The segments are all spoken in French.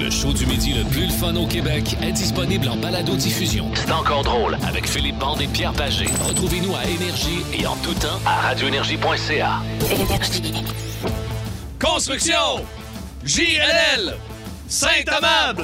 Le show du midi le plus le fun au Québec est disponible en balado-diffusion. C'est encore drôle avec Philippe Bande et Pierre Pagé. Retrouvez-nous à Énergie et en tout temps à radioénergie.ca. Construction JLL Saint-Amable.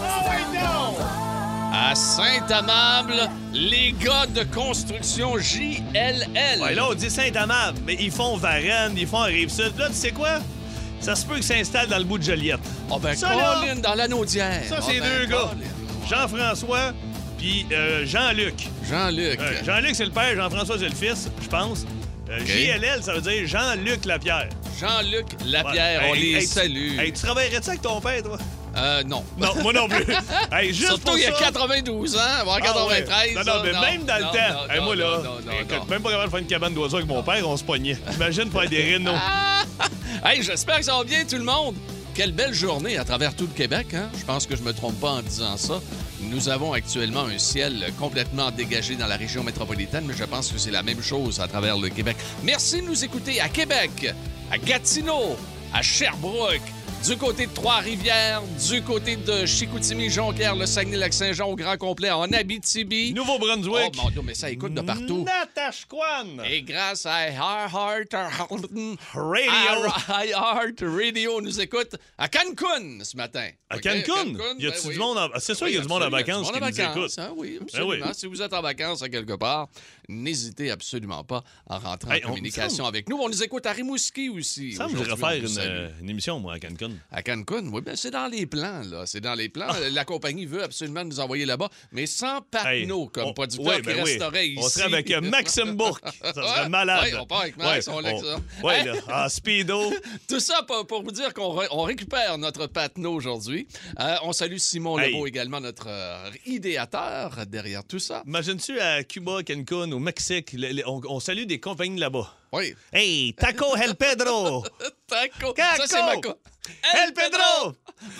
À Saint-Amable, les gars de construction JLL. Ouais, là, on dit Saint-Amable, mais ils font Varennes, ils font Rive-Sud. Là, tu sais quoi? Ça se peut qu'ils s'installent dans le bout de Joliette. Oh ben, ça, là, Colin, dans l'Anaudière. Ça, c'est deux gars. Jean-François puis Jean-Luc. Jean-Luc. Jean-Luc, c'est le père, Jean-François, c'est le fils, je pense. JLL, ça veut dire Jean-Luc Lapierre. Jean-Luc Lapierre, ouais. On les salue. Hey, tu travaillerais-tu avec ton père, toi? Non. Non, moi non plus. Hey, juste surtout, pour il y a ça... 92 ans, voire 93. Ouais. Non, mais même dans le temps. Hey, moi, là, écoute, même pas capable de faire une cabane d'oiseaux avec mon père, on se pognait. T'imagines faire des rénaux. Hey, j'espère que ça va bien, tout le monde. Quelle belle journée à travers tout le Québec, hein? Je pense que je me trompe pas en disant ça. Nous avons actuellement un ciel complètement dégagé dans la région métropolitaine, mais je pense que c'est la même chose à travers le Québec. Merci de nous écouter à Québec, à Gatineau, à Sherbrooke, du côté de Trois-Rivières, du côté de Chicoutimi, Jonquière, le Saguenay-Lac-Saint-Jean au grand complet, en Abitibi. Nouveau-Brunswick. Oh mon Dieu, mais ça écoute de partout. Natashquan. Et grâce à iHeart Radio, nous écoute à Cancun ce matin. À Cancun? Y a-tu du monde en... C'est sûr qu'il y a du monde en vacances qui nous écoute. Hein, oui, absolument. Si vous êtes en vacances à quelque part, n'hésitez absolument pas à rentrer en communication avec nous. On nous écoute à Rimouski aussi. Ça me dirait faire une émission, moi, à Cancun. À Cancun, oui, bien, c'est dans les plans, là. C'est dans les plans. La compagnie veut absolument nous envoyer là-bas, mais sans Patnaud comme producteur qui resterait ici. On serait avec Maxime Bourque. Ça serait malade. Oui, on part avec Max, on l'a ça. Oui, là, en speedo. Tout ça pour vous dire qu'on récupère notre Patnaud aujourd'hui. On salue Simon Lebeau également, notre idéateur derrière tout ça. Imagine-tu à Cuba, Cancun, au Mexique, on salue des compagnies là-bas. Oui. Hey, Taco El Pedro! Taco! Caco! Ça, c'est ma El Pedro!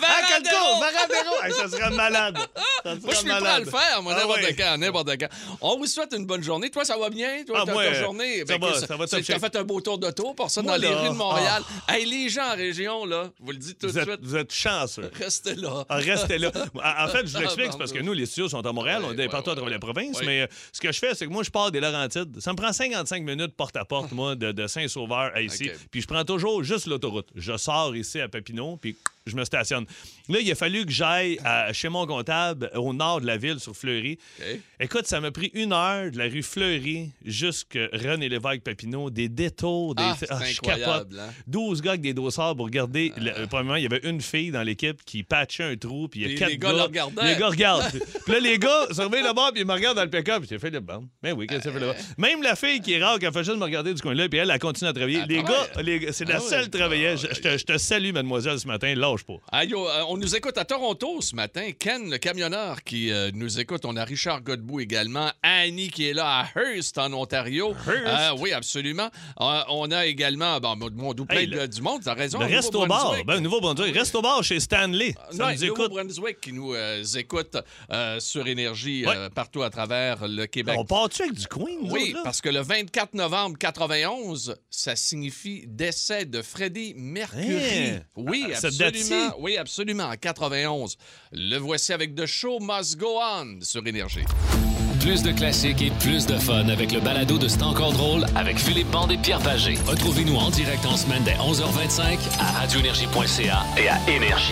Varadero! Hey, ça serait malade! Moi, je suis prêt à le faire, moi, n'importe quand. On vous souhaite une bonne journée. Toi, ça va bien? Toi, ta journée? Ça va top. Tu as fait un beau tour de tour pour ça dans les rues de Montréal. Hey, les gens en région, là, vous le dites tout de suite. Vous êtes chanceux. Restez là. Restez là. En fait, je vous l'explique, c'est parce que nous, les studios sont à Montréal, on est partout à travers la province, mais ce que je fais, c'est que moi, je pars des Laurentides. Ça me prend 55 minutes porte-à-porte, moi, de Saint-Sauveur à ici. Puis je prends toujours juste l'autoroute. Je sors ici à Papineau, puis je me stationne. Là, il a fallu que j'aille chez mon comptable au nord de la ville, sur Fleury. Écoute, ça m'a pris 1 heure de la rue Fleury jusqu'à René-Lévesque-Papineau, des détours, c'est incroyable, hein? 12 gars avec des dossards pour regarder. Premièrement, il y avait une fille dans l'équipe qui patchait un trou, puis il y a 4 gars. Le regardaient. Les gars regardent. Puis là, les gars se reviennent là-bas, puis ils me regardent dans le pick-up, puis j'ai fait le bon. Ben oui, qu'est-ce que ça fait là-bas? Même la fille qui est rare, qui a fait juste me regarder du coin-là, puis elle continue à travailler. Les gars, c'est la seule travaillait. Je te salue, mademoiselle, ce matin. Lâche pas. On nous écoute à Toronto ce matin. Ken, le camionneur, qui nous écoute. On a Richard Godbout également. Annie, qui est là à Hearst, en Ontario. Oui, absolument. On a également, plein du monde. T'as raison. Reste au bar. Nouveau-Brunswick. Reste au bar chez Stanley. Nouveau-Brunswick qui nous écoute sur Énergie partout à travers le Québec. On part-tu avec du coin? Oui, parce que le 24 novembre 91, ça signifie décès de Freddie Mercury. Oui, absolument. Oui, absolument. En 91. Le voici avec The Show Must Go On sur Énergie. Plus de classiques et plus de fun avec le balado de C'est encore drôle avec Philippe Bande et Pierre Pagé. Retrouvez-nous en direct en semaine dès 11h25 à radioénergie.ca et à Énergie.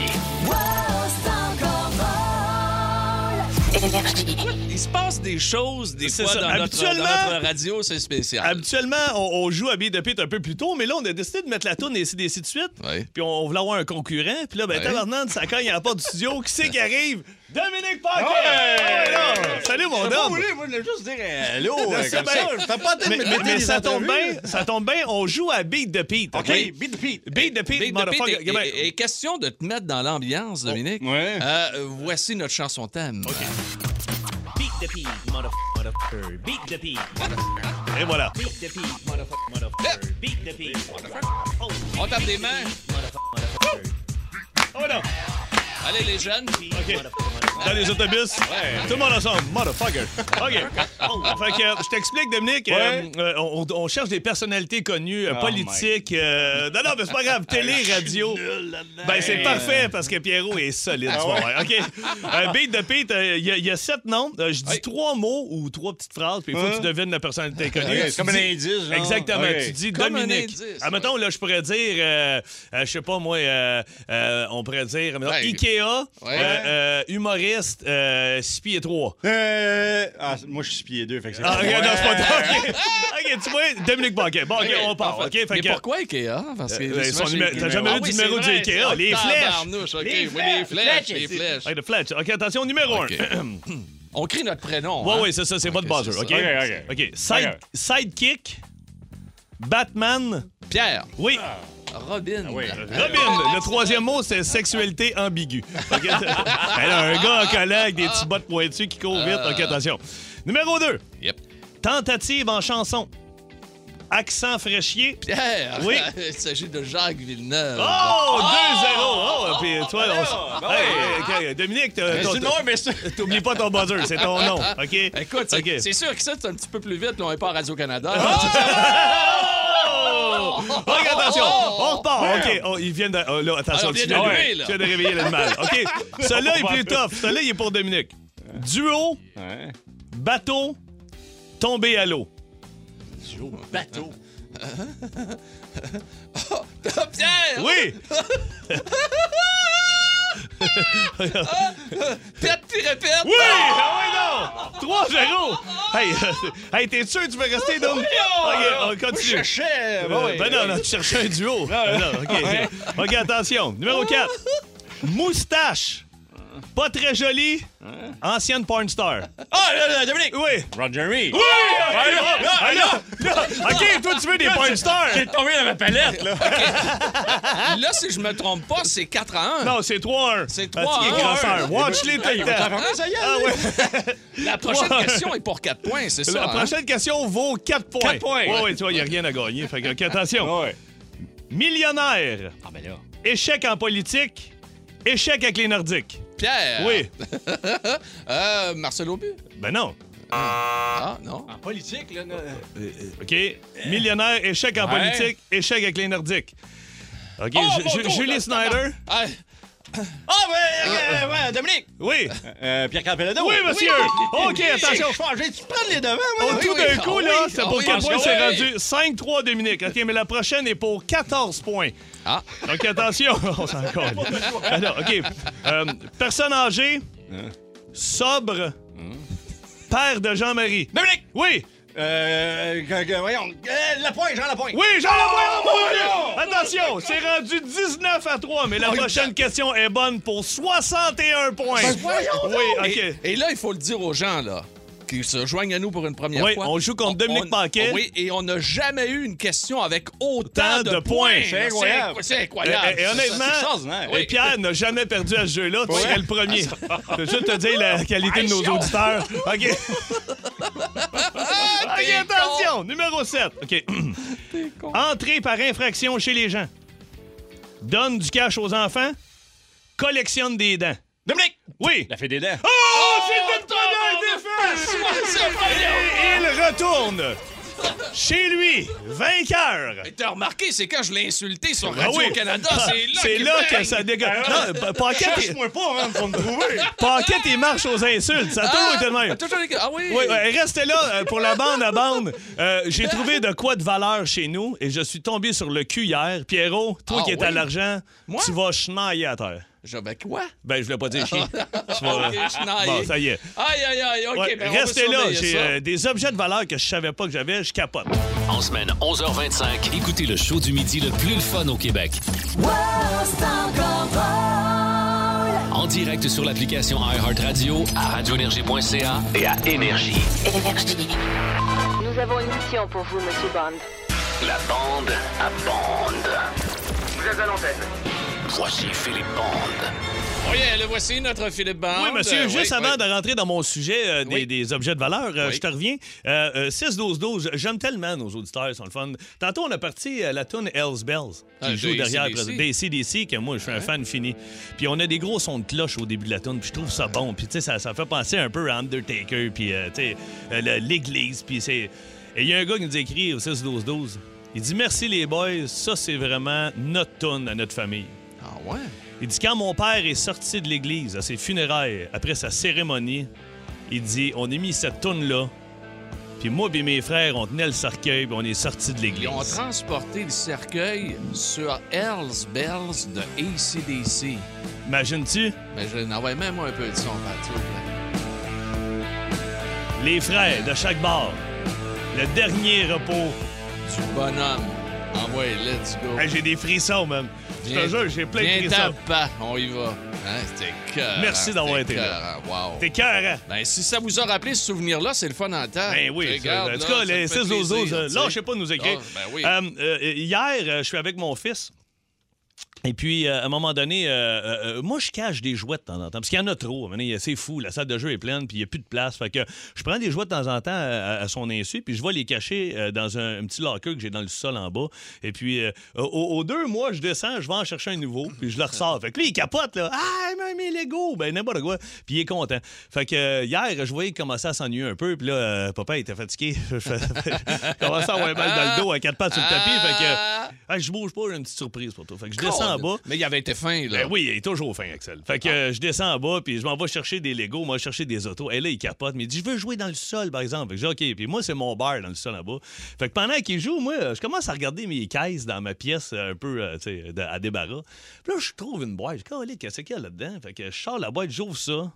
Il se passe des choses, des fois, dans notre radio, c'est spécial. Habituellement, on joue à Beat the Pit un peu plus tôt, mais là, on a décidé de mettre la tourne et ACDC de suite. Puis on voulait avoir un concurrent. Puis là, tabarnak, ça cogne à la porte du studio. Qui c'est qui arrive? Dominique Paquet! Salut, mon homme! Moi, je voulais juste dire hello. Comme ça, je fais pas mais ça tombe bien, on joue à Beat the Pit. OK, Beat the Pit. Beat the Pit, motherfucker. Et question de te mettre dans l'ambiance, Dominique. Voici notre chanson thème. OK. Beat the Pit, motherfucker. Beat the Pit, motherfucker. Et voilà. Beat the Pit, motherfucker. Beat the Pit, motherfucker. On tape des mains. Oh non! Allez, les jeunes. OK. Dans les autobus. Tout le monde ensemble. Motherfucker. OK. Fait que je t'explique, Dominique. On cherche des personnalités connues, politiques. Non, mais c'est pas grave. Télé, radio. Ben, c'est parfait parce que Pierrot est solide ce soir. OK. Beat de Pete, il y a 7 noms. Je dis 3 mots ou 3 petites phrases, puis il faut que tu devines la personnalité connue. C'est comme un indice, genre. Exactement. Tu dis Comme Dominique. un indice, Mettons, là, je pourrais dire, je sais pas, moi, on pourrait dire, mettons, Ikea, humoriste, 6 pieds 3. Moi, je suis 6 pieds 2, fait que c'est OK, non, c'est pas toi. OK, tu vois, Dominique Banquet. Bon, OK, on part. OK, Mais pourquoi Ikea? Parce que t'as jamais eu du numéro du Ikea? Les flèches. Les flèches. Les flèches. Hey, de flèches. OK, attention, numéro 1. On crie notre prénom. Oui, c'est ça, c'est votre buzzer. OK. Sidekick, Batman. Pierre. Oui. Robin. Robin, le 3e mot, c'est sexualité ambiguë. Okay? Elle a un gars en collant avec des petits bottes pointus qui court vite. OK, attention. Numéro 2. Yep. Tentative en chanson. Accent fraîchier. Pierre. Oui. Il s'agit de Jacques Villeneuve. Oh, 2-0. Oh, puis toi, hey, Dominique, t'oublies pas ton buzzer, c'est ton nom. OK? Écoute, c'est sûr que ça, c'est un petit peu plus vite. Là, on est pas à Radio-Canada. OK, attention, on repart. OK, ils viennent de... là, attention, tu viens de réveiller l'animal. OK, celui-là est plus tough. Celui-là, il est pour Dominique. Duo, bateau, tomber à l'eau. Duo, bateau. Pierre! Oui! Pète puis répète! Oui! Ah oui, non! 3-0! Hey, t'es sûr que tu veux rester, Dom? OK, on continue. Je cherchais... Ben non, tu cherchais un duo. OK, attention. Numéro 4. Moustache. Pas très jolie. Ancienne porn star. Dominique! Oui. Roger Reed. Oui! OK, toi, tu veux des porn stars? J'ai tombé dans ma palette, là. Là, si je me trompe pas, c'est 4-1. Non, c'est 3-1. C'est 3-1. Grasseur. Watch les La prochaine question est pour 4 points, c'est ça? La prochaine question vaut 4 points. 4 points. Oui, tu vois, il n'y a rien à gagner. Fait que, attention. Millionnaire. Ah, ben là. Échec en politique. Échec avec les Nordiques. Pierre. Oui. Marcel Aubu. Ben non. Ah, non. En politique, là. OK. Millionnaire, échec en politique, échec avec les Nordiques. OK. Julie Snyder. Ouais, Dominique! Oui. Pierre-Carl Pelado. Oui, monsieur. OK, attention. J'ai-tu prendre les devants, Oh, moi? tout d'un coup, là, c'est pour quel point c'est oui. rendu 5-3, Dominique. OK, mais la prochaine est pour 14 points. Ah. OK, attention. On s'en colle. Alors, OK. Personne âgée, sobre, père de Jean-Marie. Dominique! Oui. Voyons. Lapointe, Jean Lapointe. Oui, Jean Lapointe! Attention, c'est rendu 19-3, mais la prochaine question est bonne pour 61 points. Oui, OK. Et là, il faut le dire aux gens, là, qui se joignent à nous pour une première Oui, fois. on joue contre Dominique Paquet. Oui, et on n'a jamais eu une question avec autant de points. C'est incroyable. C'est incroyable. Et honnêtement, Pierre n'a jamais perdu à ce jeu-là. Tu serais le premier. Je veux juste te dire la qualité de nos auditeurs. OK. OK, attention. Numéro 7. OK. Entrée par infraction chez les gens. Donne du cash aux enfants. Collectionne des dents. Dominique! Oui. La fée des dents. Oh, c'est une première défaite! Et il retourne chez lui, vainqueur. Et t'as remarqué, c'est quand je l'ai insulté sur Ah oui. Radio-Canada, C'est là que ça dégage. Non, Cherche-moi pas, hein, pour me trouver. Paquette, il marche aux insultes. Ça a toujours été le même. Ah oui? Oui, restez là pour la bande à bande. J'ai trouvé de quoi de valeur chez nous et je suis tombé sur le cul hier. Pierrot, toi qui es à l'argent, Moi? tu vas chenailler à terre. Ben quoi? Ben, je voulais pas dire chier. Ok, chenailler. Bon, ça y est. Aïe, OK. Ouais, Ben, on va restez là, surveiller ça. j'ai des objets de valeur que je savais pas que j'avais, je capote. En semaine 11h25, écoutez le show du midi le plus le fun au Québec. En direct sur l'application iHeartRadio, à radioénergie.ca et à Énergie. Nous avons une mission pour vous, Monsieur Bond. La bande à bande. Vous êtes à l'antenne. Voici Philippe Bond. Oui, le voici, notre Philippe Bande. Oui, monsieur, juste avant de rentrer dans mon sujet des objets de valeur, je te reviens. 6-12-12, j'aime tellement nos auditeurs, ils sont le fun. Tantôt, on a parti la tune Hells Bells, qui joue derrière des AC/DC, que moi, je suis un fan fini. Puis on a des gros sons de cloche au début de la tune, puis je trouve ça bon. Puis tu sais, ça fait penser un peu à Undertaker, puis tu sais, l'église, puis c'est... Et il y a un gars qui nous écrit au 6-12-12, il dit « Merci les boys, ça c'est vraiment notre tune à notre famille. » Ah ouais? Il dit, quand mon père est sorti de l'église à ses funérailles, après sa cérémonie, il dit, on a mis cette toune-là, puis moi et mes frères, on tenait le cercueil, puis on est sortis de l'église. Ils ont transporté le cercueil sur Hells Bells de AC/DC. Imagines-tu? Mais je n'envoie même un peu de son, Patrick. Les frères de chaque bar, le dernier repos. Du bonhomme. Envoie, let's go. Hey, j'ai des frissons, man. Je te jure, j'ai plein de frissons. Viens pas, on y va. Hein, c'était cœur. Merci d'avoir été là. Wow. T'es cœur, Ben, si ça vous a rappelé ce souvenir-là, c'est le fun en temps. Ben oui. Regarde, en tout cas, les 6 zozos, là, je sais pas nous écrire. Ben oui. Hier, je suis avec mon fils. Et puis, à un moment donné, moi, je cache des jouets de temps en temps. Parce qu'il y en a trop. C'est fou. La salle de jeu est pleine, puis il n'y a plus de place. Fait que je prends des jouets de temps en temps à son insu, puis je vais les cacher dans un petit locker que j'ai dans le sol en bas. Et puis, aux 2 mois, je descends, je vais en chercher un nouveau, puis je le ressors. Fait que lui, il capote, là. Ah, mes Lego! Ben, n'importe quoi. Puis il est content. Fait que hier, je voyais qu'il commençait à s'ennuyer un peu, puis là, papa, il était fatigué. Je commençais à avoir mal dans le dos à 4 pattes sur le tapis. Fait que je bouge pas, j'ai une petite surprise pour toi. Fait que je descends en bas. Mais il avait été fin, là. Ben oui, il est toujours fin, Axel. Fait que je descends en bas, puis je m'en vais chercher des Legos, moi, chercher des autos. Et là, il capote, mais il dit, je veux jouer dans le sol, par exemple. Fait que je dis, OK. Puis moi, c'est mon bar dans le sol en bas. Fait que pendant qu'il joue, moi, je commence à regarder mes caisses dans ma pièce, un peu, tu sais, à débarras. Puis là, je trouve une boîte. Je dis, qu'est-ce qu'il y a là-dedans? Fait que je sors la boîte, j'ouvre ça.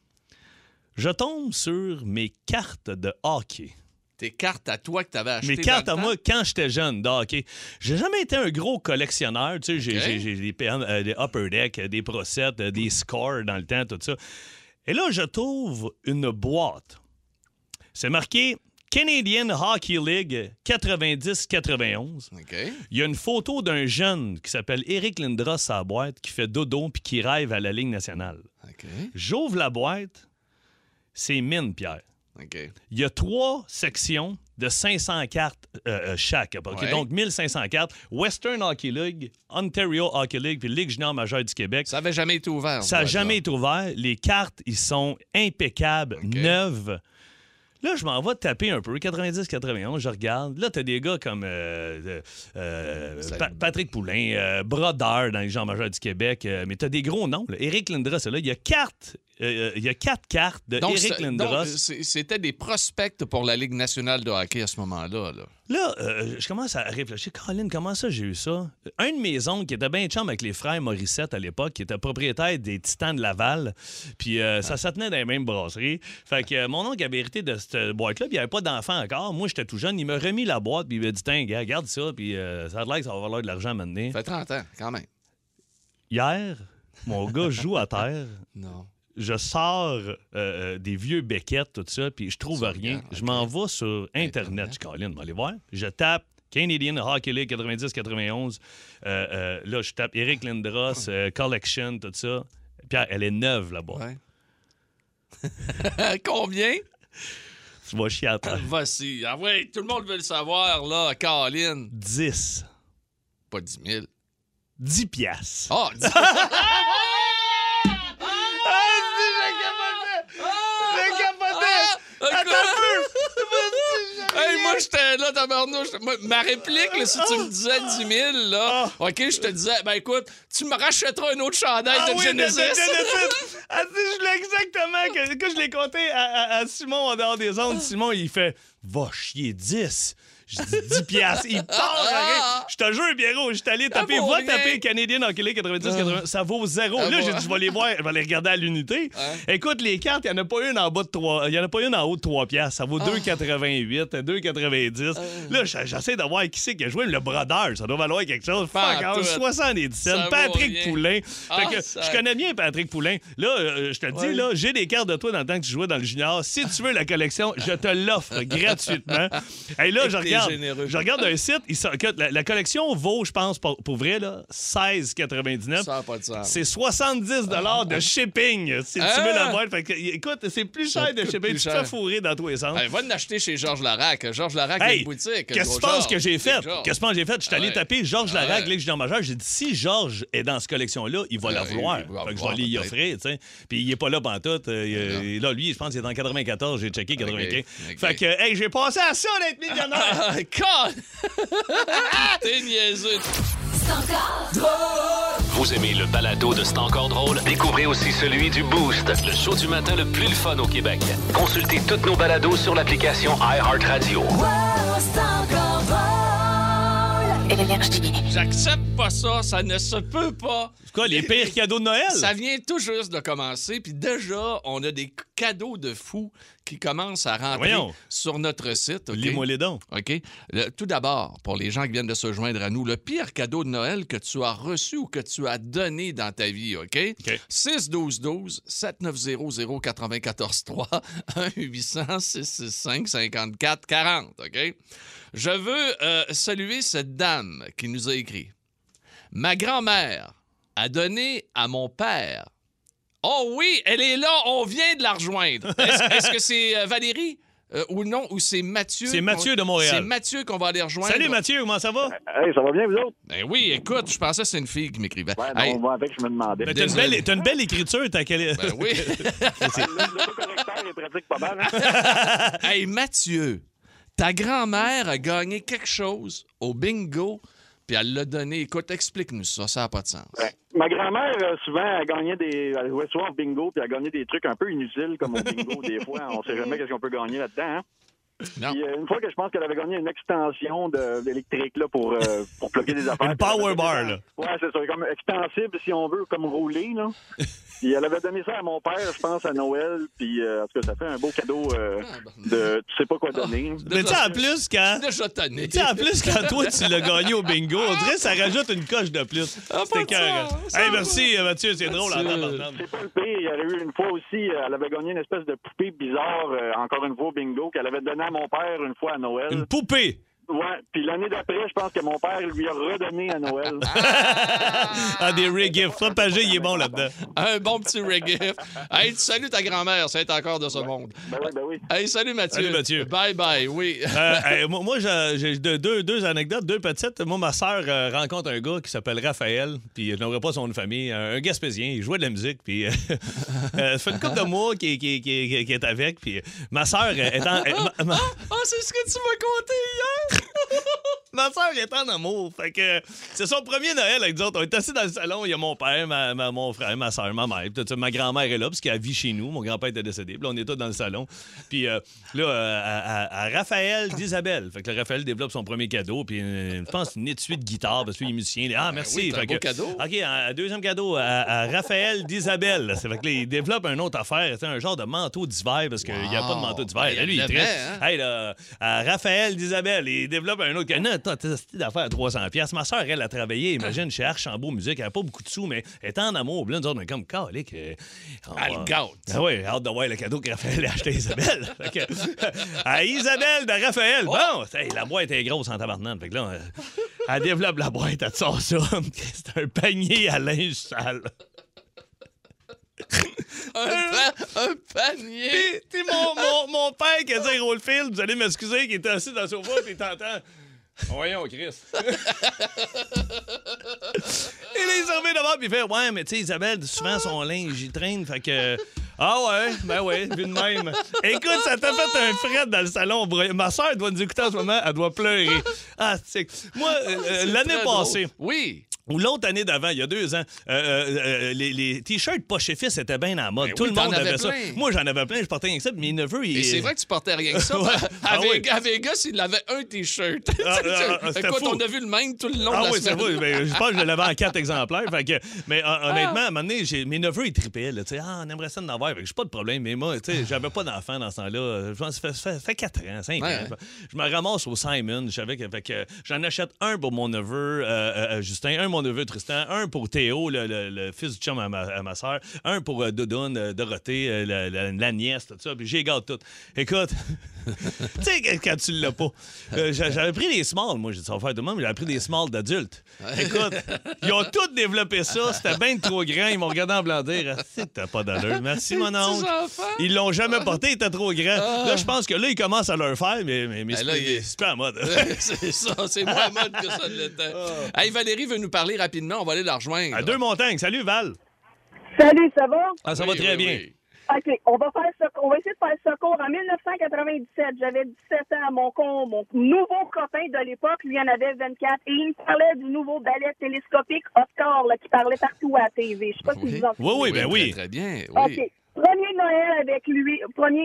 Je tombe sur mes cartes de hockey. Tes cartes à toi que tu avais achetées. Mes cartes à moi quand j'étais jeune de hockey. J'ai jamais été un gros collectionneur. Tu sais, j'ai des Upper Deck, des Pro 7, des Scores dans le temps, tout ça. Et là, je trouve une boîte. C'est marqué Canadian Hockey League 90-91. Okay. Il y a une photo d'un jeune qui s'appelle Éric Lindros à la boîte qui fait dodo puis qui rêve à la Ligue nationale. Okay. J'ouvre la boîte. C'est mine, Pierre. Okay. Il y a 3 sections de 500 cartes chaque. Okay? Ouais. Donc, 1500 cartes. Western Hockey League, Ontario Hockey League, puis Ligue junior majeure du Québec. Ça n'avait jamais été ouvert. Ça n'a jamais été ouvert. Les cartes, ils sont impeccables, neuves. Là, je m'en vais taper un peu. 90-91, je regarde. Là, t'as des gars comme Patrick Poulain, Brodeur dans les gens majeurs du Québec. Mais t'as des gros noms. Là. Éric Lindros, là. Il y a 4 cartes de Éric Lindros. Donc, c'était des prospects pour la Ligue nationale de hockey à ce moment-là. Là, je commence à réfléchir. Caroline, comment ça, j'ai eu ça? Un de mes oncles qui était bien chum avec les frères Morissette à l'époque, qui était propriétaire des Titans de Laval, puis ça se tenait dans les mêmes brasseries. Fait que mon oncle avait hérité de cette boîte-là, puis il n'y avait pas d'enfant encore. Moi, j'étais tout jeune. Il m'a remis la boîte, puis il m'a dit, tiens, gars, garde ça, puis ça a l'air que ça va valoir de l'argent maintenant. Ça fait 30 ans, quand même. Hier, mon gars joue à terre. Non. Je sors des vieux becquettes, tout ça, puis je trouve rien. Regarde, je m'en vais sur Internet. Je Caroline, allez voir. Je tape Canadian Hockey League 90-91. Là, je tape Éric Lindros, Collection, tout ça. Puis elle est neuve, la boîte. Ouais. Combien? Tu vas chier à terre. Voici. Ah ouais, tout le monde veut le savoir, là, Caroline. 10. Pas 10 000. 10 piastres. Ah, 10 Hey, moi, j'étais là, tabarnouche. Ma réplique, là, si tu me disais 10 000, là, OK, je te disais, ben écoute, tu me rachèteras un autre chandail de Genesis. Je voulais exactement que je l'ai compté à Simon en dehors des ondes. Simon, il fait, va chier 10. Je dis 10 piastres. Il part. Je te jure, Pierrot, je suis allé taper. Va taper Canadian Hockey League 90-80. Ça vaut 0. Là, j'ai dit, je vais les voir. Je vais les regarder à l'unité. Écoute, les cartes, il n'y en a pas une en bas de 3. Il n'y en a pas une en haut de 3 piastres. Ça vaut 2,88, 2,90. Là, j'essaie de voir qui c'est qui a joué. Le Brodeur, ça doit valoir quelque chose. Fuck, 77. Patrick Poulain. Fait que je connais bien Patrick Poulain. Là, je te le dis, là, j'ai des cartes de toi dans le temps que tu jouais dans le junior. Si tu veux la collection, je te l'offre gratuitement. Et là, je regarde. généreux. Je regarde un site, la collection vaut, je pense, pour vrai, là, 16,99. Ça n'a pas de sens. C'est 70 de shipping si tu mets la boîte. Fait que, écoute, c'est plus cher de shipping. Tu te fais fourrer dans tous les sens. Va l'acheter chez Georges Larac. Georges Larac a une boutique. Qu'est-ce que tu penses que j'ai fait? Qu'est-ce que j'ai fait? Je suis allé taper Georges Larac, Légion majeure. J'ai dit, si Georges est dans cette collection-là, il va la vouloir. Fait que je vais lui offrir, tu sais. Puis il est pas là pantoute. Là, lui, je pense qu'il est en 94. J'ai checké 95. Fait que, hey, j'ai passé à ça d'être millionnaire. T'es niaiseux. Vous aimez le balado de C'est encore drôle? Découvrez aussi celui du Boost, le show du matin le plus le fun au Québec. Consultez toutes nos balados sur l'application iHeartRadio. J'accepte pas ça ne se peut pas. C'est quoi, les pires cadeaux de Noël? Ça vient tout juste de commencer, puis déjà, on a des cadeaux de fous qui commencent à rentrer sur notre site. Okay? Lis-moi les dons. OK. Tout d'abord, pour les gens qui viennent de se joindre à nous, le pire cadeau de Noël que tu as reçu ou que tu as donné dans ta vie, OK? 612-12-7900-943 1-800-665-5440, OK? Je veux saluer cette dame qui nous a écrit. Ma grand-mère a donné à mon père. Oh oui, elle est là, on vient de la rejoindre. Est-ce que c'est Valérie ou non, ou c'est Mathieu? C'est Mathieu de Montréal. C'est Mathieu qu'on va aller rejoindre. Salut Mathieu, comment ça va? Hey, ça va bien, vous autres? Ben oui, écoute, je pensais que c'est une fille qui m'écrivait. Ouais, non, moi avec, je me demandais. Mais t'as une belle écriture, t'as quelle... Ben oui. L'autocorrecteur est pratique pas mal, hein? Hey, Mathieu, ta grand-mère a gagné quelque chose au bingo, puis elle l'a donné. Écoute, explique-nous ça, ça n'a pas de sens. Ma grand-mère, souvent, elle jouait souvent au bingo, puis elle gagnait des trucs un peu inutiles, comme au bingo, des fois. On sait jamais qu'est-ce qu'on peut gagner là-dedans, hein? Non. Puis, une fois que je pense qu'elle avait gagné une extension d'électrique là, pour plugger des affaires. Une power bar, là. Ouais, c'est ça. Comme extensible, si on veut, comme rouler, là. Puis elle avait donné ça à mon père, je pense, à Noël. Puis, en tout cas, ça fait un beau cadeau de tu sais pas quoi donner. Mais tu sais, en plus, quand... Déjà tanné. Tu sais, en plus, quand toi, tu l'as gagné au bingo, on dirait que ça rajoute une coche de plus. C'était cœur. Hey, merci, Mathieu, c'est drôle. C'est pas le pire. Il y avait eu une fois aussi, elle avait gagné une espèce de poupée bizarre, encore une fois au bingo, qu'elle avait donnée à mon père une fois à Noël. Une poupée? Ouais, puis l'année d'après, je pense que mon père lui a redonné à Noël. Des regifs. Toi, Pagé, il est bon là-dedans. Un bon petit regif. Hey, tu salues ta grand-mère, c'est encore de ce monde. Ben oui. Hey, salut Mathieu. Salut Mathieu. Bye, oui. Moi, j'ai deux anecdotes, deux petites. Moi, ma sœur rencontre un gars qui s'appelle Raphaël, puis je n'aurai pas son nom de famille, un Gaspésien, il jouait de la musique, puis ça fait une couple de mois qu'il est avec, puis ma sœur est en... c'est ce que tu m'as conté hier! Ma soeur est en amour. Fait que c'est son premier Noël avec nous autres. On est assis dans le salon. Il y a mon père, mon frère, ma soeur, ma mère. Puis, ma grand-mère est là parce qu'elle vit chez nous. Mon grand-père était décédé. Puis là, on est tous dans le salon. Puis là, à Raphaël d'Isabelle. Fait que là, Raphaël développe son premier cadeau. Puis je pense une étui de guitare parce qu'il est musicien. Ah, merci. Oui, c'est un beau cadeau. OK, deuxième cadeau à Raphaël d'Isabelle. Fait que là, il développe une autre affaire. C'est un genre de manteau d'hiver parce qu'il n'y a pas de manteau d'hiver. Lui, il est très... Hey, là, à Raphaël d'Isabelle, il développe un autre... Non, t'as cette affaire à 300$. Ma soeur, elle a travaillé, imagine, chez Archambault Musique. Elle n'a pas beaucoup de sous, mais elle est en amour. Là, nous autres, on est comme calique. Elle gâte. Ah oui, hâte de voir le cadeau que Raphaël a acheté à Isabelle. À Isabelle de Raphaël. Bon, la boîte est grosse en tabarnane. Fait que là, elle développe la boîte, elle te sort ça. C'est un panier à linge sale. Un panier. T'es mon père qui a dit roule film, vous allez m'excuser, qui était assis dans le sofa, puis t'entends. Voyons, Chris. Et là, il s'en revient devant, puis il fait ouais, mais tu sais, Isabelle, souvent son linge, il traîne, fait que. Ah ouais, ben ouais, vu de même. Écoute, ça t'a fait un fret dans le salon. Ma soeur doit nous écouter en ce moment, elle doit pleurer. Ah, c'est moi, l'année passée. Oui. Ou l'autre année d'avant, il y a 2 ans, les T-shirts poche-fils étaient bien en mode. Ben tout le monde avait plein. ça. Moi, j'en avais plein, je portais rien que ça, mais mes neveux... Et c'est vrai que tu portais rien que ça. Ouais. À Vegas, il avait un T-shirt. C'était Écoute, fou. on a vu le même tout le long de la oui, semaine. c'est vrai. Je pense que je l'avais en 4 exemplaires. Fait que, mais honnêtement, à un moment donné, mes neveux, ils tripaient. Là, on aimerait ça d'en avoir. J'ai pas de problème. Mais moi, j'avais pas d'enfant dans ce temps-là. Je pense que ça fait 4 ans, 5 ans. Je me ramasse au Simon. Je savais que j'en achète un pour mon neveu Justin, un mon neveu Tristan, un pour Théo, le fils du chum à ma soeur, un pour Doudoune, Dorothée, la nièce, tout ça. Puis j'ai gâte tout. Écoute, tu sais, quand tu l'as pas, j'avais pris des smalls, moi, j'ai dit ça va faire tout le monde, mais j'avais pris des smalls d'adultes. Écoute, ils ont tous développé ça, c'était bien trop grand. Ils m'ont regardé en blanc dire c'est que t'as pas d'allure. Merci, mon oncle. Ils l'ont jamais porté, il était trop grand. Là, je pense que là, ils commencent à leur faire, mais c'est pas à mode. C'est ça, c'est moins à mode que ça de l'était. Hey, Valérie veut nous parler rapidement, on va aller la rejoindre. À Deux-Montagnes. Salut, Val. Salut, ça va? Ah, ça va très bien. Oui. OK, on va essayer de faire ce cours. En 1997, j'avais 17 ans. Mon nouveau copain de l'époque, lui, en avait 24. Et il me parlait du nouveau balai télescopique Oscar là, qui parlait partout à la TV. Je sais pas si vous en souvenez. Oui, ben oui. Très, très bien, oui. OK. Premier Noël avec lui.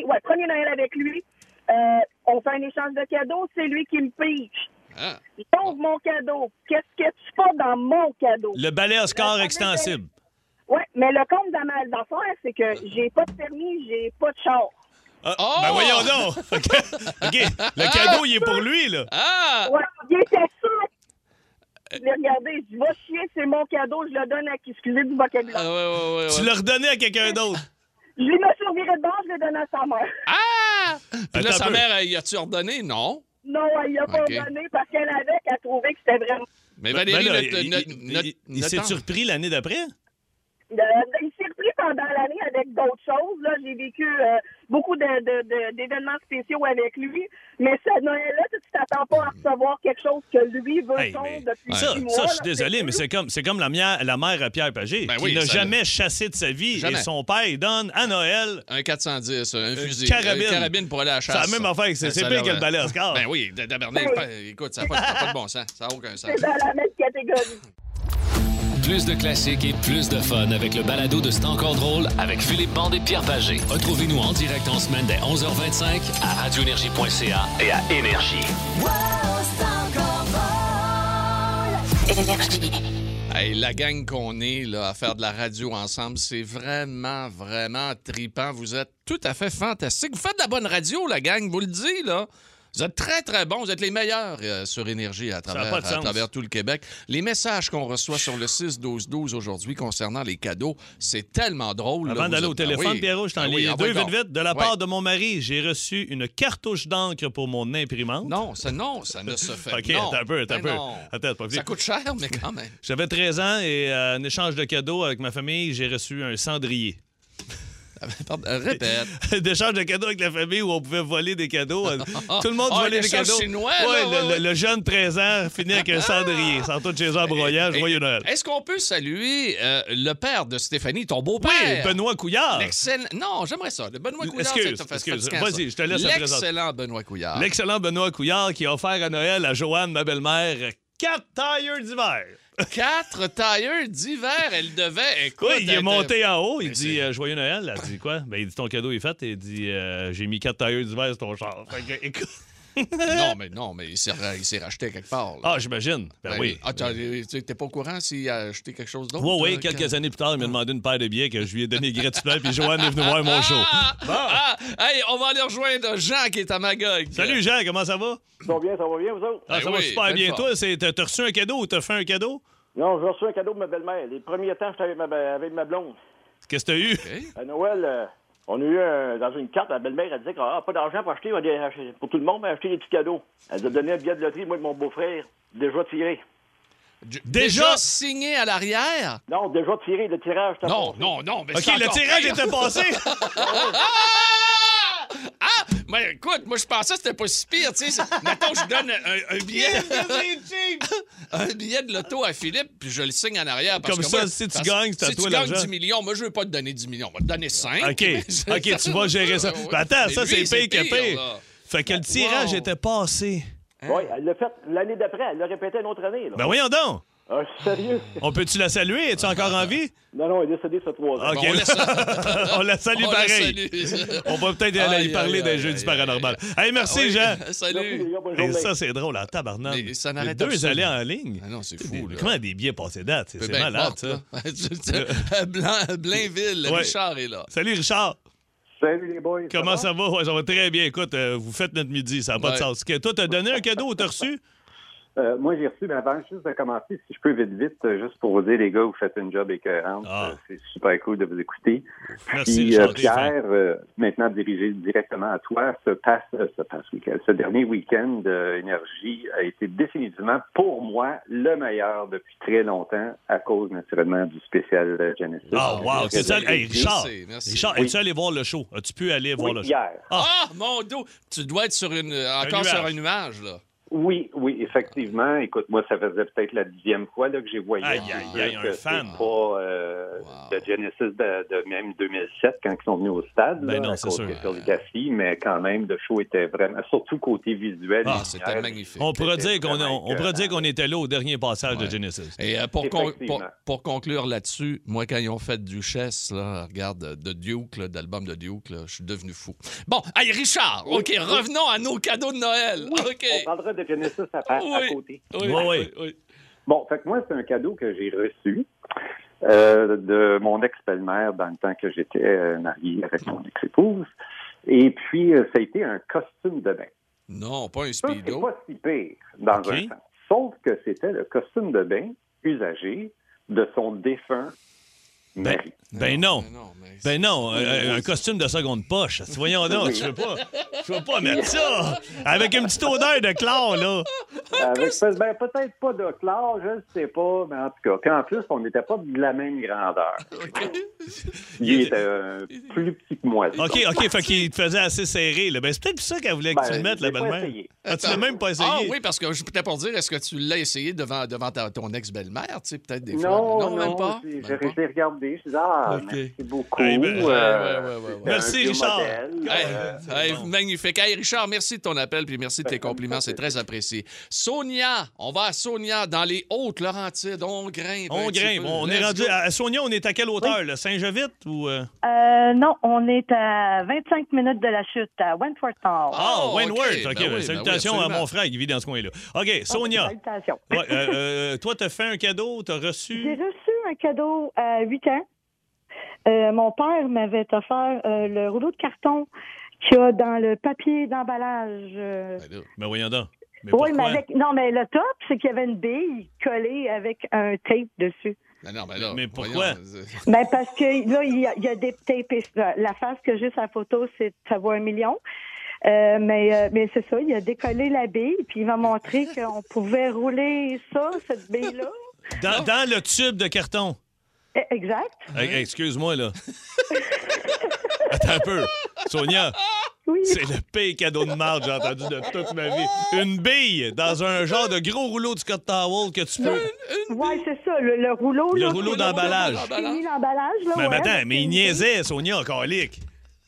On fait un échange de cadeaux. C'est lui qui me piche. Il tombe mon cadeau. Qu'est-ce que tu fais dans mon cadeau? Le balai Oscar extensible. Oui, mais le compte d'affaires, c'est que j'ai pas de permis, j'ai pas de char. Ben voyons donc. OK, le cadeau, il est pour lui, là. Ouais, il était sûr. Je l'ai regardé, je dis, va chier, c'est mon cadeau, je le donne à qui? Excusez du vocabulaire. Ouais. Tu l'as redonné à quelqu'un d'autre. Je lui me suis reviré de bord, je l'ai donné à sa mère. Puis là, sa mère, y a-tu ordonné? Non. Non, elle l'a pas donné parce qu'elle trouvait que c'était vraiment... Mais Valérie, il s'est surpris l'année d'après? Il s'est repris pendant l'année avec d'autres choses. Là, j'ai vécu beaucoup d'événements spéciaux avec lui. Mais ce Noël-là, tu t'attends pas à recevoir quelque chose que lui veut depuis 6 mois. Ça, je suis désolé, mais c'est comme la mère à Pierre Pagé, qui n'a jamais chassé de sa vie. Jamais. Et son père, il donne à Noël... Un 410, un fusil. Carabine. Une carabine pour aller à la chasse. C'est la même affaire, c'est pire que le balai Oscar. Ben oui, écoute, ça n'a pas de bon sens. Ça n'a aucun sens. C'est dans la même catégorie. Plus de classiques et plus de fun avec le balado de C'est encore drôle avec Philippe Bande et Pierre Pagé. Retrouvez-nous en direct en semaine dès 11h25 à radioénergie.ca et à Énergie. Hey, la gang qu'on est là, à faire de la radio ensemble, c'est vraiment, vraiment trippant. Vous êtes tout à fait fantastique. Vous faites de la bonne radio, la gang, vous le dites, là. Vous êtes très, très bons. Vous êtes les meilleurs sur Énergie à travers tout le Québec. Les messages qu'on reçoit sur le 6-12-12 aujourd'hui concernant les cadeaux, c'est tellement drôle. Avant d'aller au téléphone, Pierrot, je t'en lis deux vite. De la part de mon mari, j'ai reçu une cartouche d'encre pour mon imprimante. Non, ça ne se fait pas. OK, attends un peu. Attends, pas ça coûte cher, mais quand même. J'avais 13 ans et en échange de cadeaux avec ma famille, j'ai reçu un cendrier. Répète. D'échange de cadeaux avec la famille où on pouvait voler des cadeaux. Tout le monde volait des cadeaux. Chinois, le jeune 13 ans finit avec un cendrier. Sans tout chez eux en broyage, joyeux Noël. Est-ce qu'on peut saluer le père de Stéphanie, ton beau-père? Oui, Benoît Couillard. Non, j'aimerais ça. Le Benoît Couillard, excuse. Vas-y, je te laisse le présenter. L'excellent Benoît Couillard. L'excellent Benoît Couillard qui a offert à Noël à Joanne, ma belle-mère, 4 tailleurs d'hiver. 4 tailleurs d'hiver, elle devait... Écoute, oui, il est monté en haut, il dit « Joyeux Noël ». Elle dit quoi? Ben, il dit « Ton cadeau est fait ». Il dit « J'ai mis 4 tailleurs d'hiver sur ton char ». Écoute... non, mais il s'est racheté quelque part. Là. Ah, j'imagine. Ben oui. Ah, t'es pas au courant s'il a acheté quelque chose d'autre? Oui, quelques années plus tard, il m'a demandé une paire de billets que je lui ai donné gratuitement, puis Joanne est venue voir mon show. Hey, on va aller rejoindre Jean qui est à Magog. Salut Jean, comment ça va? Ça va bien, vous autres? Ça va super bien. Toi, t'as reçu un cadeau ou t'as fait un cadeau? Non, j'ai reçu un cadeau de ma belle-mère. Les premiers temps, j'étais avec ma blonde. Qu'est-ce que t'as eu? Okay. À Noël, on a eu dans une carte, la belle-mère, elle disait qu'elle n'a pas d'argent pour acheter, pour tout le monde, mais acheter des petits cadeaux. Elle a donné un billet de loterie, moi et mon beau-frère, déjà tiré. Déjà signé à l'arrière? Non, déjà tiré, le tirage. Non, mais OK, le tirage était passé! Mais écoute, moi, je pensais que c'était pas si pire, tu sais. Mettons, je donne un billet... un billet de loto à Philippe, puis je le signe en arrière. Parce comme que ça, moi, si tu gagnes, c'est à toi l'argent. Si tu gagnes 10 millions, moi, je veux pas te donner 10 millions. On va te donner 5. OK, tu vas gérer ça. Mais attends, ça, c'est pire que pire. Fait que le tirage était passé. Oui, elle l'a fait l'année d'après. Elle l'a répété une autre année. Là. Ben voyons donc. Ah, sérieux? On peut-tu la saluer? Es-tu encore en vie? Non, elle est décédée, ça 3 ans. OK, on la salue pareil. On va peut-être aller y parler d'un jeu du paranormal. Hey, merci, Jean. Salut. Et ça, c'est drôle, en tabarnak. Mais ça n'arrête 2 allées en ligne. Ah non, c'est fou. Comment des billets passés date? C'est malade, ça. Blainville, Richard est là. Salut, Richard. Salut, les boys. Comment ça va? Ouais, ça va très bien. Écoute, vous faites notre midi, ça n'a pas de sens. Toi, t'as donné un cadeau ou t'as reçu? Moi, j'ai reçu, mais avant juste de commencer, si je peux vite, juste pour vous dire, les gars, vous faites une job écœurante. C'est super cool de vous écouter. Merci, Puis, Richard, Pierre, maintenant dirigé directement à toi, ce dernier week-end Énergie a été définitivement, pour moi, le meilleur depuis très longtemps, à cause, naturellement, du spécial Genesis. Ah, wow! C'est ça. Hey, Richard, Merci. Richard, es-tu allé voir le show? As-tu pu aller voir le show? Hier. Mon dos! Tu dois être sur sur un nuage, là. Oui, effectivement. Écoute, moi, ça faisait peut-être la 10e fois là, que j'ai voyé. Un fan. C'est pas de Genesis de même 2007 quand ils sont venus au stade. Ben non, c'est sûr. Mais quand même, le show était vraiment, surtout côté visuel. C'était magnifique. On pourrait dire qu'on était là au dernier passage de Genesis. Et pour conclure là-dessus, moi, quand ils ont fait Duchesse, là, regarde, de Duke, là, d'album de Duke, là, je suis devenu fou. Bon, hey, Richard, OK, revenons à nos cadeaux de Noël. Oui, OK. on parlera de Genesis à côté. Oui. Bon, fait que moi, c'est un cadeau que j'ai reçu de mon ex-belle-mère dans le temps que j'étais marié avec mon ex-épouse. Et puis, ça a été un costume de bain. Non, pas un Ça, speedo. c'est pas si pire dans un sens. Sauf que c'était le costume de bain usagé de son défunt mari. Ben non, un costume de seconde poche. Voyons donc, je veux pas mettre ça avec une petite odeur de chlore, là. Peut-être pas de chlore, je ne sais pas, mais en tout cas. Puis en plus, on n'était pas de la même grandeur. Il était plus petit que moi. OK, fait qu'il te faisait assez serré. Là. Ben, c'est peut-être pour ça qu'elle voulait que tu le mettes, la belle-mère. Tu l'as même pas essayé? Ah oui, parce que je peut-être pour dire, est-ce que tu l'as essayé devant ton ex-belle-mère, tu sais, peut-être des fois? Non, même pas. J'ai regardé, je disais, merci beaucoup. Merci, Richard. Magnifique. Hey, Richard, merci de ton appel, puis merci de tes compliments, c'est très apprécié. Sonia, on va à Sonia, dans les Hautes-Laurentides, on grimpe. On est rendu à Sonia, on est à quelle hauteur, là? Saint-Jovite ou... Non, on est à 25 minutes de la chute, à Wentworth Nord. Ah, Wentworth, OK. Ben oui, salutations à mon frère qui vit dans ce coin-là. OK, Sonia. Salutations. Toi, t'as fait un cadeau, t'as reçu... J'ai reçu un cadeau à 8 ans. Mon père m'avait offert le rouleau de carton qu'il y a dans le papier d'emballage. Ben voyons donc. Oui, mais le top, c'est qu'il y avait une bille collée avec un tape dessus. Mais pourquoi? Ben parce que là, il y a des tapes. La face que j'ai sur la photo, ça vaut 1 million. Mais c'est ça, il a décollé la bille, puis il m'a montré qu'on pouvait rouler ça, cette bille-là. Dans le tube de carton? Exact. Excuse-moi, là. Attends un peu. Sonia, c'est le pire cadeau de marde que j'ai entendu de toute ma vie. Une bille dans un genre de gros rouleau de Scott Towel que tu peux... Oui, c'est ça, le rouleau. Le rouleau d'emballage. Fini l'emballage, là. Mais attends, mais il niaisait, Sonia, calique.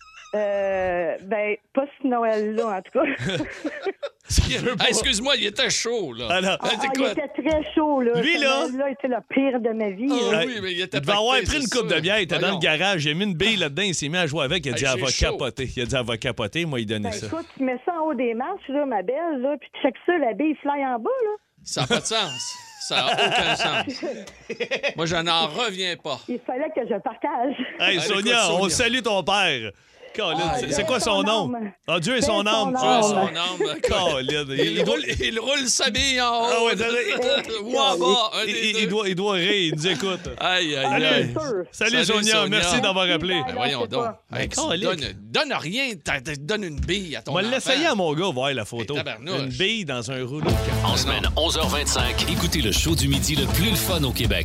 Pas ce Noël-là, en tout cas. Excuse-moi, il était chaud, là. Il était très chaud, là. Lui, là... Là, était le pire de ma vie. Oui, mais il devait avoir pris une coupe de bière, il était dans le garage, il a mis une bille là-dedans, il s'est mis à jouer avec, il a dit, elle va capoter. Il a dit, elle va capoter, moi, il donnait ça. Écoute, tu mets ça en haut des marches, là, ma belle, là, puis tu checkes ça, la bille fly en bas, là. Ça n'a pas de sens. Ça n'a aucun sens. Moi, je n'en reviens pas. Il fallait que je partage. Hey, Sonia, on salue ton père. C'est quoi son nom? Ah, Dieu est son âme. Dieu est son âme. Il roule sa bille en haut. Ou en bas. Il doit rire, il nous écoute. Aïe. Salut, Sonia. Merci d'avoir appelé. Voyons donc. Donne rien. Donne une bille à ton enfant. On va l'essayer à mon gars, voir la photo. Une bille dans un rouleau. En semaine, 11h25, écoutez le show du midi le plus fun au Québec.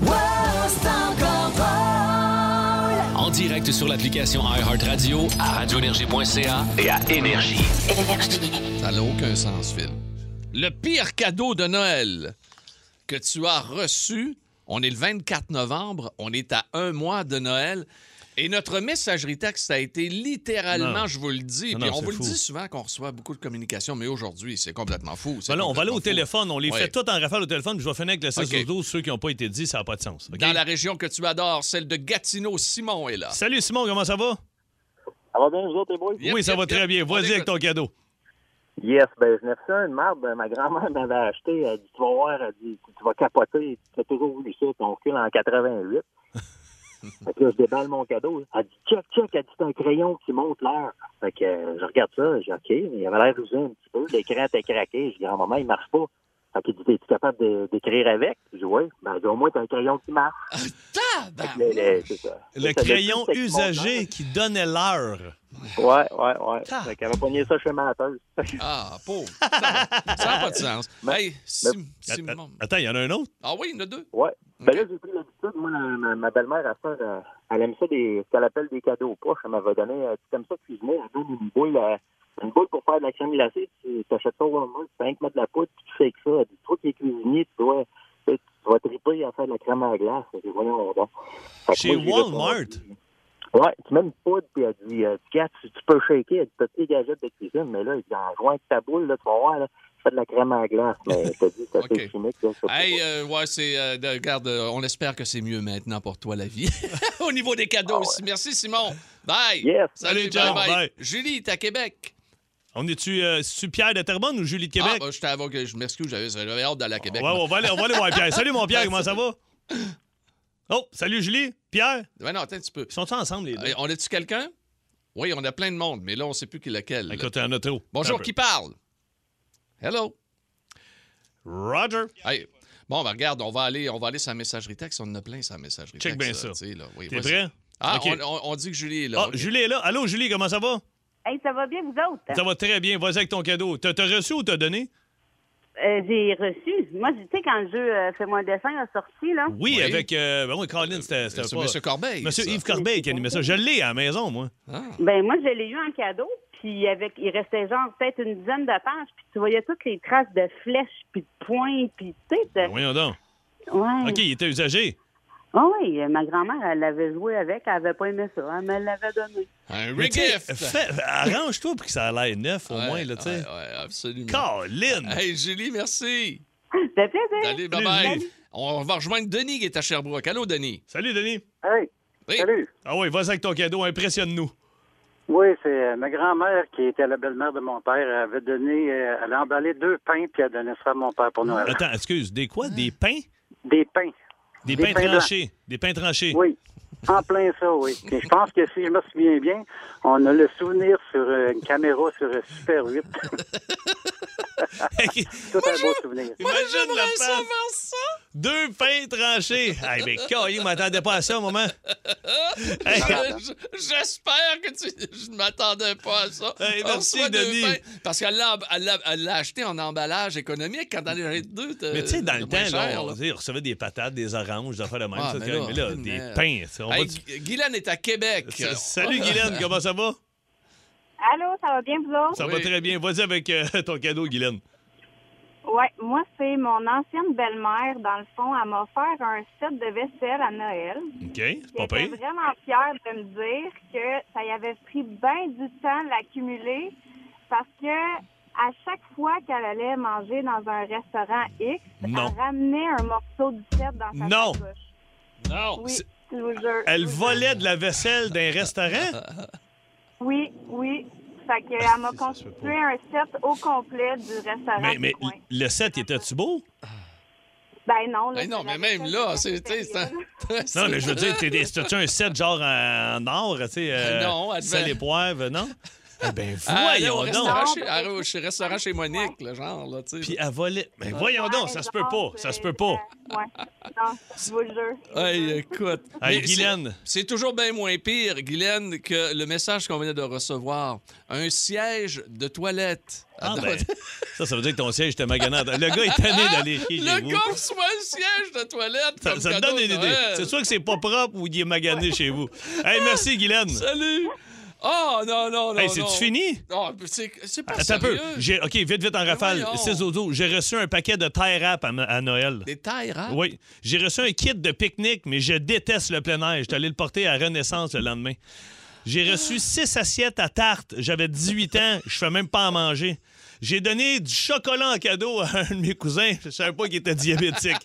En direct sur l'application iHeartRadio, à radioénergie.ca et à Énergie. Ça n'a aucun sens, Phil. Le pire cadeau de Noël que tu as reçu, on est le 24 novembre, on est à 1 mois de Noël, et notre messagerie texte a été littéralement, je vous le dis, puis on vous le dit souvent qu'on reçoit beaucoup de communications, mais aujourd'hui, c'est complètement fou. On va aller au téléphone, on les fait tout en rafale au téléphone, puis je vais finir avec le 6-12, ceux qui n'ont pas été dits, ça n'a pas de sens. Dans la région que tu adores, celle de Gatineau, Simon est là. Salut Simon, comment ça va? Ça va bien, vous autres, les boys? Oui, ça va très bien. Vas-y avec ton cadeau. Yes, je n'ai fait ça, une marde. Ma grand-mère m'avait acheté. Elle dit, tu vas voir, elle dit, tu vas capoter. Tu as toujours voulu ça, ton recul en 88. Fait que là, je déballe mon cadeau. Elle dit, check, elle dit, c'est un crayon qui monte l'heure. Fait que je regarde ça, je dis, OK, mais il avait l'air usé un petit peu. L'écran était craqué. Je dis, grand-maman, il marche pas. Fait qu'il dit, es-tu capable d'écrire avec? Je dis, oui. Ben, au moins, t'as un crayon qui marche. C'est ça. Le crayon usagé qui donnait l'heure. Ouais. Fait qu'elle va pogner ça chez Matheuse. Ah, pauvre. Ça n'a pas de sens. Hey, attends, il y en a un autre? Ah oui, il y en a deux? Ouais. Ben là, j'ai pris l'habitude. Moi, ma belle-mère, elle aime ça, ce qu'elle appelle des cadeaux aux poches. Elle m'avait donné, tu aimes ça cuisiner, elle donne une boule pour faire de la crème glacée. Tu t'achètes ça au Walmart, tu fais rien que mettre de la poudre, puis tu fais que ça. Elle dit, toi qui es cuisinier, tu vas triper à faire de la crème à glace. Voyons donc. Chez Walmart? Ouais, tu mets une poudre, puis elle dit, tu peux shaker, elle dit, t'as tes gadgets de cuisine, mais là, il dit, en jouant avec ta boule, là, tu vas voir, là, tu fais de la crème à glace, mais je te dis, c'est assez chimique. Là, regarde, on espère que c'est mieux maintenant pour toi, la vie. Au niveau des cadeaux aussi. Merci, Simon. Bye. Yes. Salut, John. Bye. Julie, t'es à Québec. On est-tu Pierre de Terrebonne ou Julie de Québec? Je m'excuse, j'avais hâte d'aller à Québec. Ouais, on va aller voir Pierre. Salut, mon Pierre, comment ça va? Oh, salut Julie, Pierre. Ben non, attends un petit peu. Ils sont ensemble, les deux? On a-tu quelqu'un? Oui, on a plein de monde, mais là, on ne sait plus lequel. Écoute, un auto. Bonjour, qui parle? Hello? Roger. Hey. Bon, ben regarde, on va aller sur la messagerie texte. On en a plein sur la messagerie texte. Check bien ça. Oui, t'es prêt? Ah, okay. on dit que Julie est là. Ah, okay. Julie est là. Allô, Julie, comment ça va? Hey, ça va bien, vous autres? Ça va très bien. Vas-y avec ton cadeau. T'as reçu ou t'as donné? J'ai reçu. Moi, tu sais, quand le jeu Fais-moi un dessin a sorti, là. Oui, avec... Colin, c'était pas... Monsieur Corbeil. Monsieur Yves Corbeil qui animait ça. Je l'ai à la maison, moi. Ah. Ben moi, je l'ai eu en cadeau. Puis il restait genre peut-être une dizaine de pages. Puis tu voyais toutes les traces de flèches, puis de points, puis tu sais... Voyons donc. Ouais. OK, il était usagé. Oh oui, ma grand-mère, elle l'avait joué avec. Elle n'avait pas aimé ça. Elle me l'avait donné. Un regift! Arrange-toi pour que ça ait l'air neuf, au moins, là, tu sais. Oui, absolument. Colin! Hey, Julie, merci. Ça fait plaisir. Allez, bye-bye. On va rejoindre Denis qui est à Sherbrooke. Allô, Denis. Salut, Denis. Hey, oui. Salut. Ah oui, vas-y avec ton cadeau. Impressionne-nous. Oui, c'est ma grand-mère qui était la belle-mère de mon père. Elle avait donné... elle a emballé 2 pains, puis elle a donné ça à mon père pour Noël. Attends, excuse. Des quoi? Des pains? Des pains. Des pains tranchés. Des pains tranchés. Oui. En plein ça, oui. Et je pense que si je me souviens bien, on a le souvenir sur une caméra sur Super 8. Tout un beau souvenir. Imagine la face. 2 pains tranchés. Hey, mais il m'attendait pas à ça, au moment. Hey, j'espère que je ne m'attendais pas à ça. Hey, merci, Denis. Parce qu'elle l'a acheté en emballage économique quand elle avait 2. Mais tu sais, dans le temps, là, on recevait des patates, des oranges, des affaires de même. Mais là, des pains. Guylaine est à Québec. Salut, Guylaine. Comment ça va? Allô, ça va bien, vous autres? Ça va très bien. Vas-y avec ton cadeau, Guylaine. Oui, moi, c'est mon ancienne belle-mère. Dans le fond, elle m'a offert un set de vaisselle à Noël. OK, c'est pas pire. pire. J'étais vraiment fière de me dire que ça y avait pris bien du temps de l'accumuler parce que à chaque fois qu'elle allait manger dans un restaurant X, elle ramenait un morceau du set dans sa sacoche. Non! Oui, je vous jure. Elle volait de la vaisselle d'un restaurant? Oui. Fait qu'elle m'a constitué un set au complet du restaurant. Mais le set, était-tu beau? Ben non. Là, non, mais même là, c'est... Non, mais je veux dire, c'était-tu un set genre en or, tu sais? Non, sel et poivre, non? Eh bien, voyons donc! Chez restaurant chez Monique, le genre, là, tu sais. Puis elle volait... Mais voyons donc, ça se peut pas, ça se peut pas. Ouais, non, je vous le jure. Hey, écoute. Hey, Guylaine. C'est toujours bien moins pire, Guylaine, que le message qu'on venait de recevoir. Un siège de toilette. Ah ben, ça veut dire que ton siège était maganant. Le gars est tanné d'aller chier chez vous. Le gars reçoit le siège de toilette comme ça te donne une idée. C'est sûr que c'est pas propre ou il est magané chez vous. Hey, merci, Guylaine. Salut. Oh, non. Hey, c'est-tu fini? Non, c'est pas Attends sérieux. un peu. OK, vite en rafale. C'est Zozo. J'ai reçu un paquet de tie wrap à Noël. Des tie wrap? Oui. J'ai reçu un kit de pique-nique, mais je déteste le plein air. J'étais allé le porter à Renaissance le lendemain. J'ai reçu 6 assiettes à tarte. J'avais 18 ans. Je fais même pas à manger. J'ai donné du chocolat en cadeau à un de mes cousins. Je savais pas qu'il était diabétique.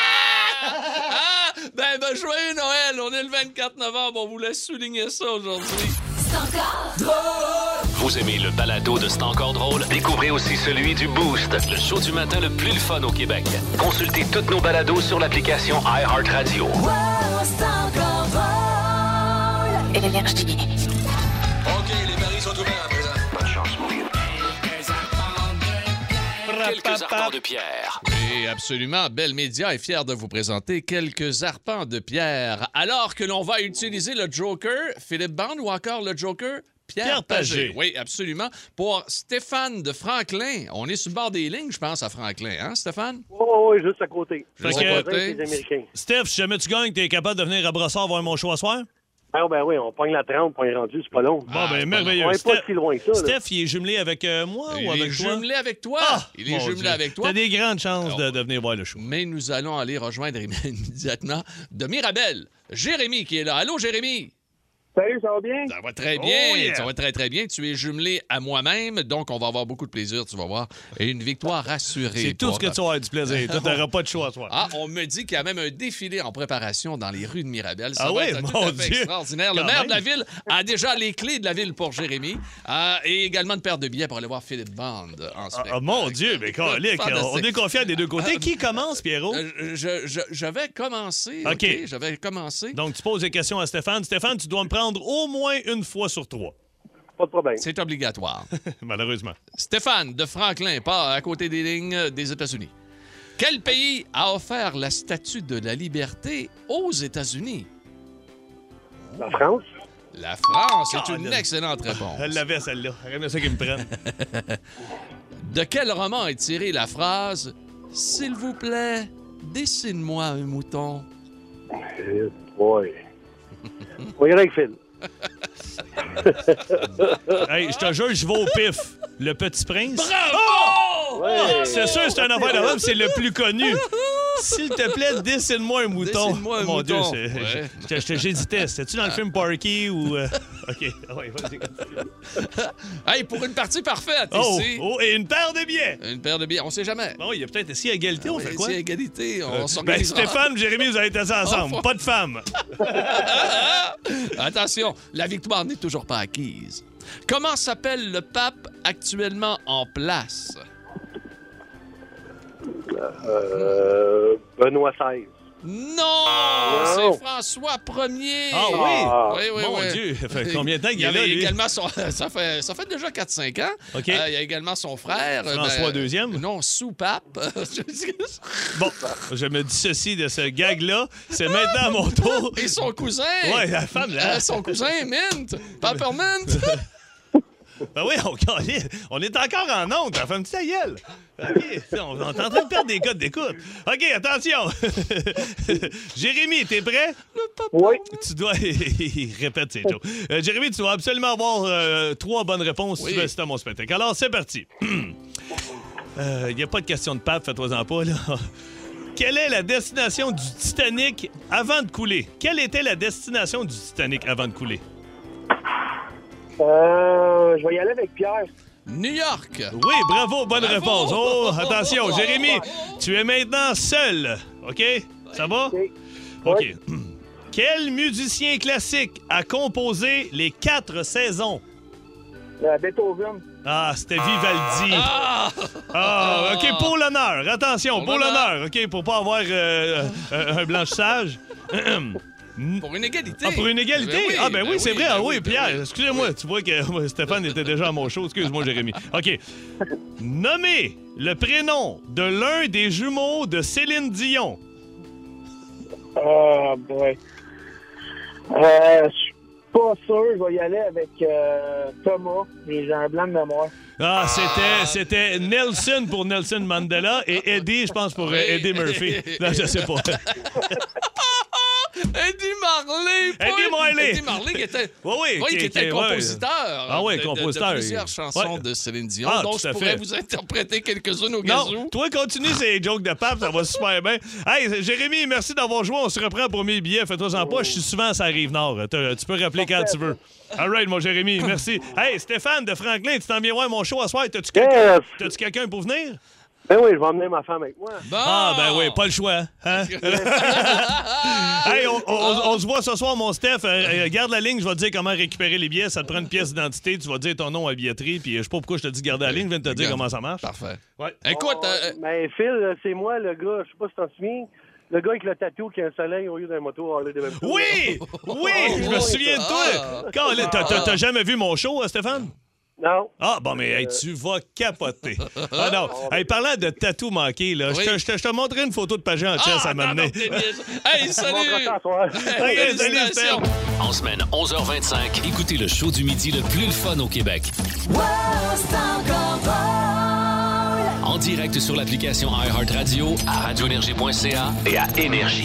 Ben, joyeux Noël. On est le 24 novembre. On voulait souligner ça aujourd'hui. Vous aimez le balado de C'est encore drôle? Découvrez aussi celui du Boost, le show du matin le plus fun au Québec. Consultez toutes nos balados sur l'application iHeartRadio. Énergie. OK, les paris sont ouverts à présent. Bonne chance, mon vieux. quelques arpents de pierre. Oui, absolument. Bell Media est fier de vous présenter quelques arpents de pierre. Alors que l'on va utiliser le Joker, Philippe Bande ou encore le Joker, Pierre Pagé. Oui, absolument. Pour Stéphane de Franklin. On est sur le bord des lignes, je pense, à Franklin. Hein, Stéphane? Oui, juste à côté. Juste à côté. Les Américains. Steph, si jamais tu gagnes, t'es capable de venir à Brossard voir mon show à soir? Ah, ben oui, on pogne la 30, on est rendu, c'est pas long. Bon, ben merveilleux. On est pas si loin que ça. Steph, il est jumelé avec moi ou avec toi? Il est jumelé avec toi. Il est jumelé avec toi. T'as des grandes chances de venir voir le show. Mais nous allons aller rejoindre immédiatement de Mirabel, Jérémy qui est là. Allô, Jérémy? Salut, ça va bien? Ça va très bien. Oh, yeah. Ça va très, très bien. Tu es jumelé à moi-même, donc on va avoir beaucoup de plaisir, tu vas voir. Et une victoire rassurée. C'est tout ce que tu vas avoir du plaisir. Tu n'auras pas de choix à soir. Ah, on me dit qu'il y a même un défilé en préparation dans les rues de Mirabel. Ça ah va oui, être tout mon à fait Dieu. extraordinaire. Le maire de la ville a déjà les clés de la ville pour Jérémy et également une paire de billets pour aller voir Philippe Bande en spectacle. Ah, mon Dieu, mais calique, on est confiants des deux côtés. Qui commence, Pierrot? Je vais commencer. OK. Je vais commencer. Donc, tu poses des questions à Stéphane. Stéphane, tu dois me prendre au moins une fois sur 3. Pas de problème. C'est obligatoire. Malheureusement. Stéphane de Franklin, pas à côté des lignes des États-Unis. Quel pays a offert la statue de la liberté aux États-Unis? La France? La France, c'est une excellente réponse. Elle l'avait, celle-là. Rien ça qu'ils me prennent. De quel roman est tirée la phrase « S'il vous plaît, dessine-moi un mouton » ? Oui. On y avec Phil. Hey, je te jure, je vais au pif. Le Petit Prince. Bravo! Oh! Ouais. C'est sûr, c'est un affaire de c'est le plus connu. S'il te plaît, dessine-moi un mouton. Dessine-moi un Mon mouton. Dieu, Ouais. j'hésitais. C'était-tu dans le film Parky ou... OK. Ouais, vas-y. Hey, pour une partie parfaite ici. Oh, et une paire de billets. Une paire de billets, on sait jamais. Bon, il y a peut-être ici égalité, on fait quoi? Ici égalité, on Ben, s'organise. Stéphane, Jérémy, vous avez été ça ensemble. Pas de femmes. Attention, la victoire n'est toujours pas acquise. Comment s'appelle le pape actuellement en place? Benoît XVI. Non! Non. C'est François Ier! Ah oui? Oui. Mon Dieu, ça fait combien de temps qu'il Il y est là, avait lui? également ça fait déjà 4-5 ans. OK. Il y a également son frère. François II? Non, sous-pape. Bon, je me dissocie de ce gag-là. C'est maintenant à mon tour. Et son cousin. Ouais, la femme, là. Son cousin, Mint. Peppermint. Ben oui, on est encore en onde. Ça fait un petit gueule. OK, on est en train de perdre des codes d'écoute. OK, attention. Jérémy, t'es prêt? Oui. Tu dois... Il répète ses jokes. Jérémy, tu dois absolument avoir 3 bonnes réponses si tu veux assister à mon spectacle. Alors, c'est parti. Il n'y a pas de question de pape, fais-toi-en pas, là. Quelle est la destination du Titanic avant de couler? Quelle était la destination du Titanic avant de couler? Je vais y aller avec Pierre. New York. Oui, bravo, bonne Bravo. réponse. Oh, attention, Jérémy, tu es maintenant seul. OK? Ça va? OK. Oui. Quel musicien classique a composé les 4 saisons? Beethoven. Ah, c'était Vivaldi. Ah, OK, pour l'honneur. Attention, pour l'honneur. OK, pour pas avoir un blanchissage. Pour une égalité. Ah, pour une égalité? Oui, c'est vrai. ben Oui, oui, Pierre, ben oui. excusez-moi. Tu vois que Stéphane était déjà à mon show. Excuse-moi, Jérémy. OK. Nommez le prénom de l'un des jumeaux de Céline Dion. Ah, boy. Je suis pas sûr. Je vais y aller avec Thomas. Et j'ai un blanc de mémoire. Ah, c'était Nelson pour Nelson Mandela et Eddie, je pense, pour Eddie Murphy. Non, je sais pas. Eddie Marley! Eddie Marley qui était, qui était compositeur. Ah oui, de compositeur. plusieurs chansons de Céline Dion. Ah, donc, tout je à pourrais fait. vous interpréter quelques-unes au gazou. Non, toi, continue ces jokes de pape, ça va super bien. Hey, Jérémy, merci d'avoir joué. On se reprend pour mes billets. Fais-toi-en pas, je suis souvent à la Rive-Nord. Tu peux rappeler quand tu veux. All right, mon Jérémy, merci. Hey, Stéphane de Franklin, tu t'en viens voir mon show à soir. T'as-tu quelqu'un pour venir? Ben oui, je vais emmener ma femme avec moi. Bon. Ah, ben oui, pas le choix. Hein? Hey, on se voit ce soir, mon Steph. Garde la ligne, je vais te dire comment récupérer les billets. Ça te prend une pièce d'identité, tu vas dire ton nom à la billetterie, puis je sais pas pourquoi je te dis garder la ligne, je viens de te dire comment ça marche. Parfait. Ouais. Écoute... Mais Phil, c'est moi, le gars, je sais pas si t'en souviens, le gars avec le tatou qui a un soleil au lieu d'un moto Harley Davidson. Oui! Oui! Je me souviens de toi! T'as jamais vu mon show, Stéphane? Non. Ah, bon, mais hey, tu vas capoter. Ah non. Hey, parlant de tatou manqué, là, Oui. je te montrerai une photo de Pagé en chess à m'amener. Hey, salut! Hey, salut, Félicitations. En semaine 11h25, écoutez le show du midi le plus le fun au Québec. En direct sur l'application iHeartRadio, à radioénergie.ca et à Énergie.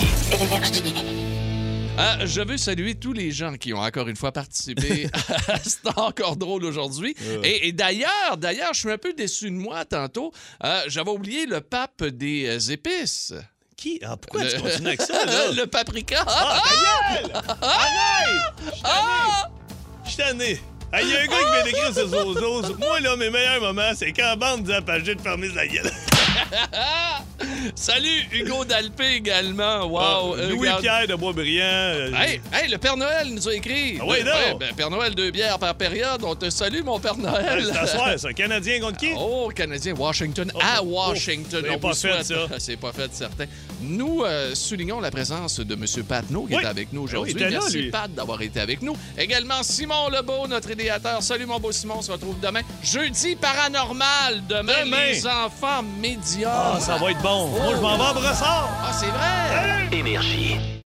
Je veux saluer tous les gens qui ont encore une fois participé à C'est encore drôle aujourd'hui. Et d'ailleurs, je suis un peu déçu de moi tantôt. J'avais oublié le pape des épices. Qui? Ah, pourquoi tu continues avec ça, là? Le paprika. Ah, ta gueule! Arrête! Je suis tanné. Il y a un gars qui m'a décrit ses zozos. Moi, là, mes meilleurs moments, c'est quand la bande dit à Pagé de fermer sa gueule. Salut, Hugo Dalpé également. Wow. Louis-Pierre de Boisbriand. Hey, le Père Noël nous a écrit. Ah oui, non? Père Noël, 2 bières par période. On te salue, mon Père Noël. C'est à soir, ça. Canadien contre qui? Oh, Canadien, Washington. À Washington. C'est pas fait, ça. C'est pas fait, certain. Nous soulignons la présence de M. Patnaud qui est avec nous aujourd'hui. Oui, Merci, lui. Pat, d'avoir été avec nous. Également, Simon Lebeau, notre idéateur. Salut, mon beau Simon. On se retrouve demain. Jeudi paranormal. Demain. Les enfants médiocres. Ah, ça va être bon. Moi, je m'en vais à Brossard. Ah, c'est vrai. Énergie.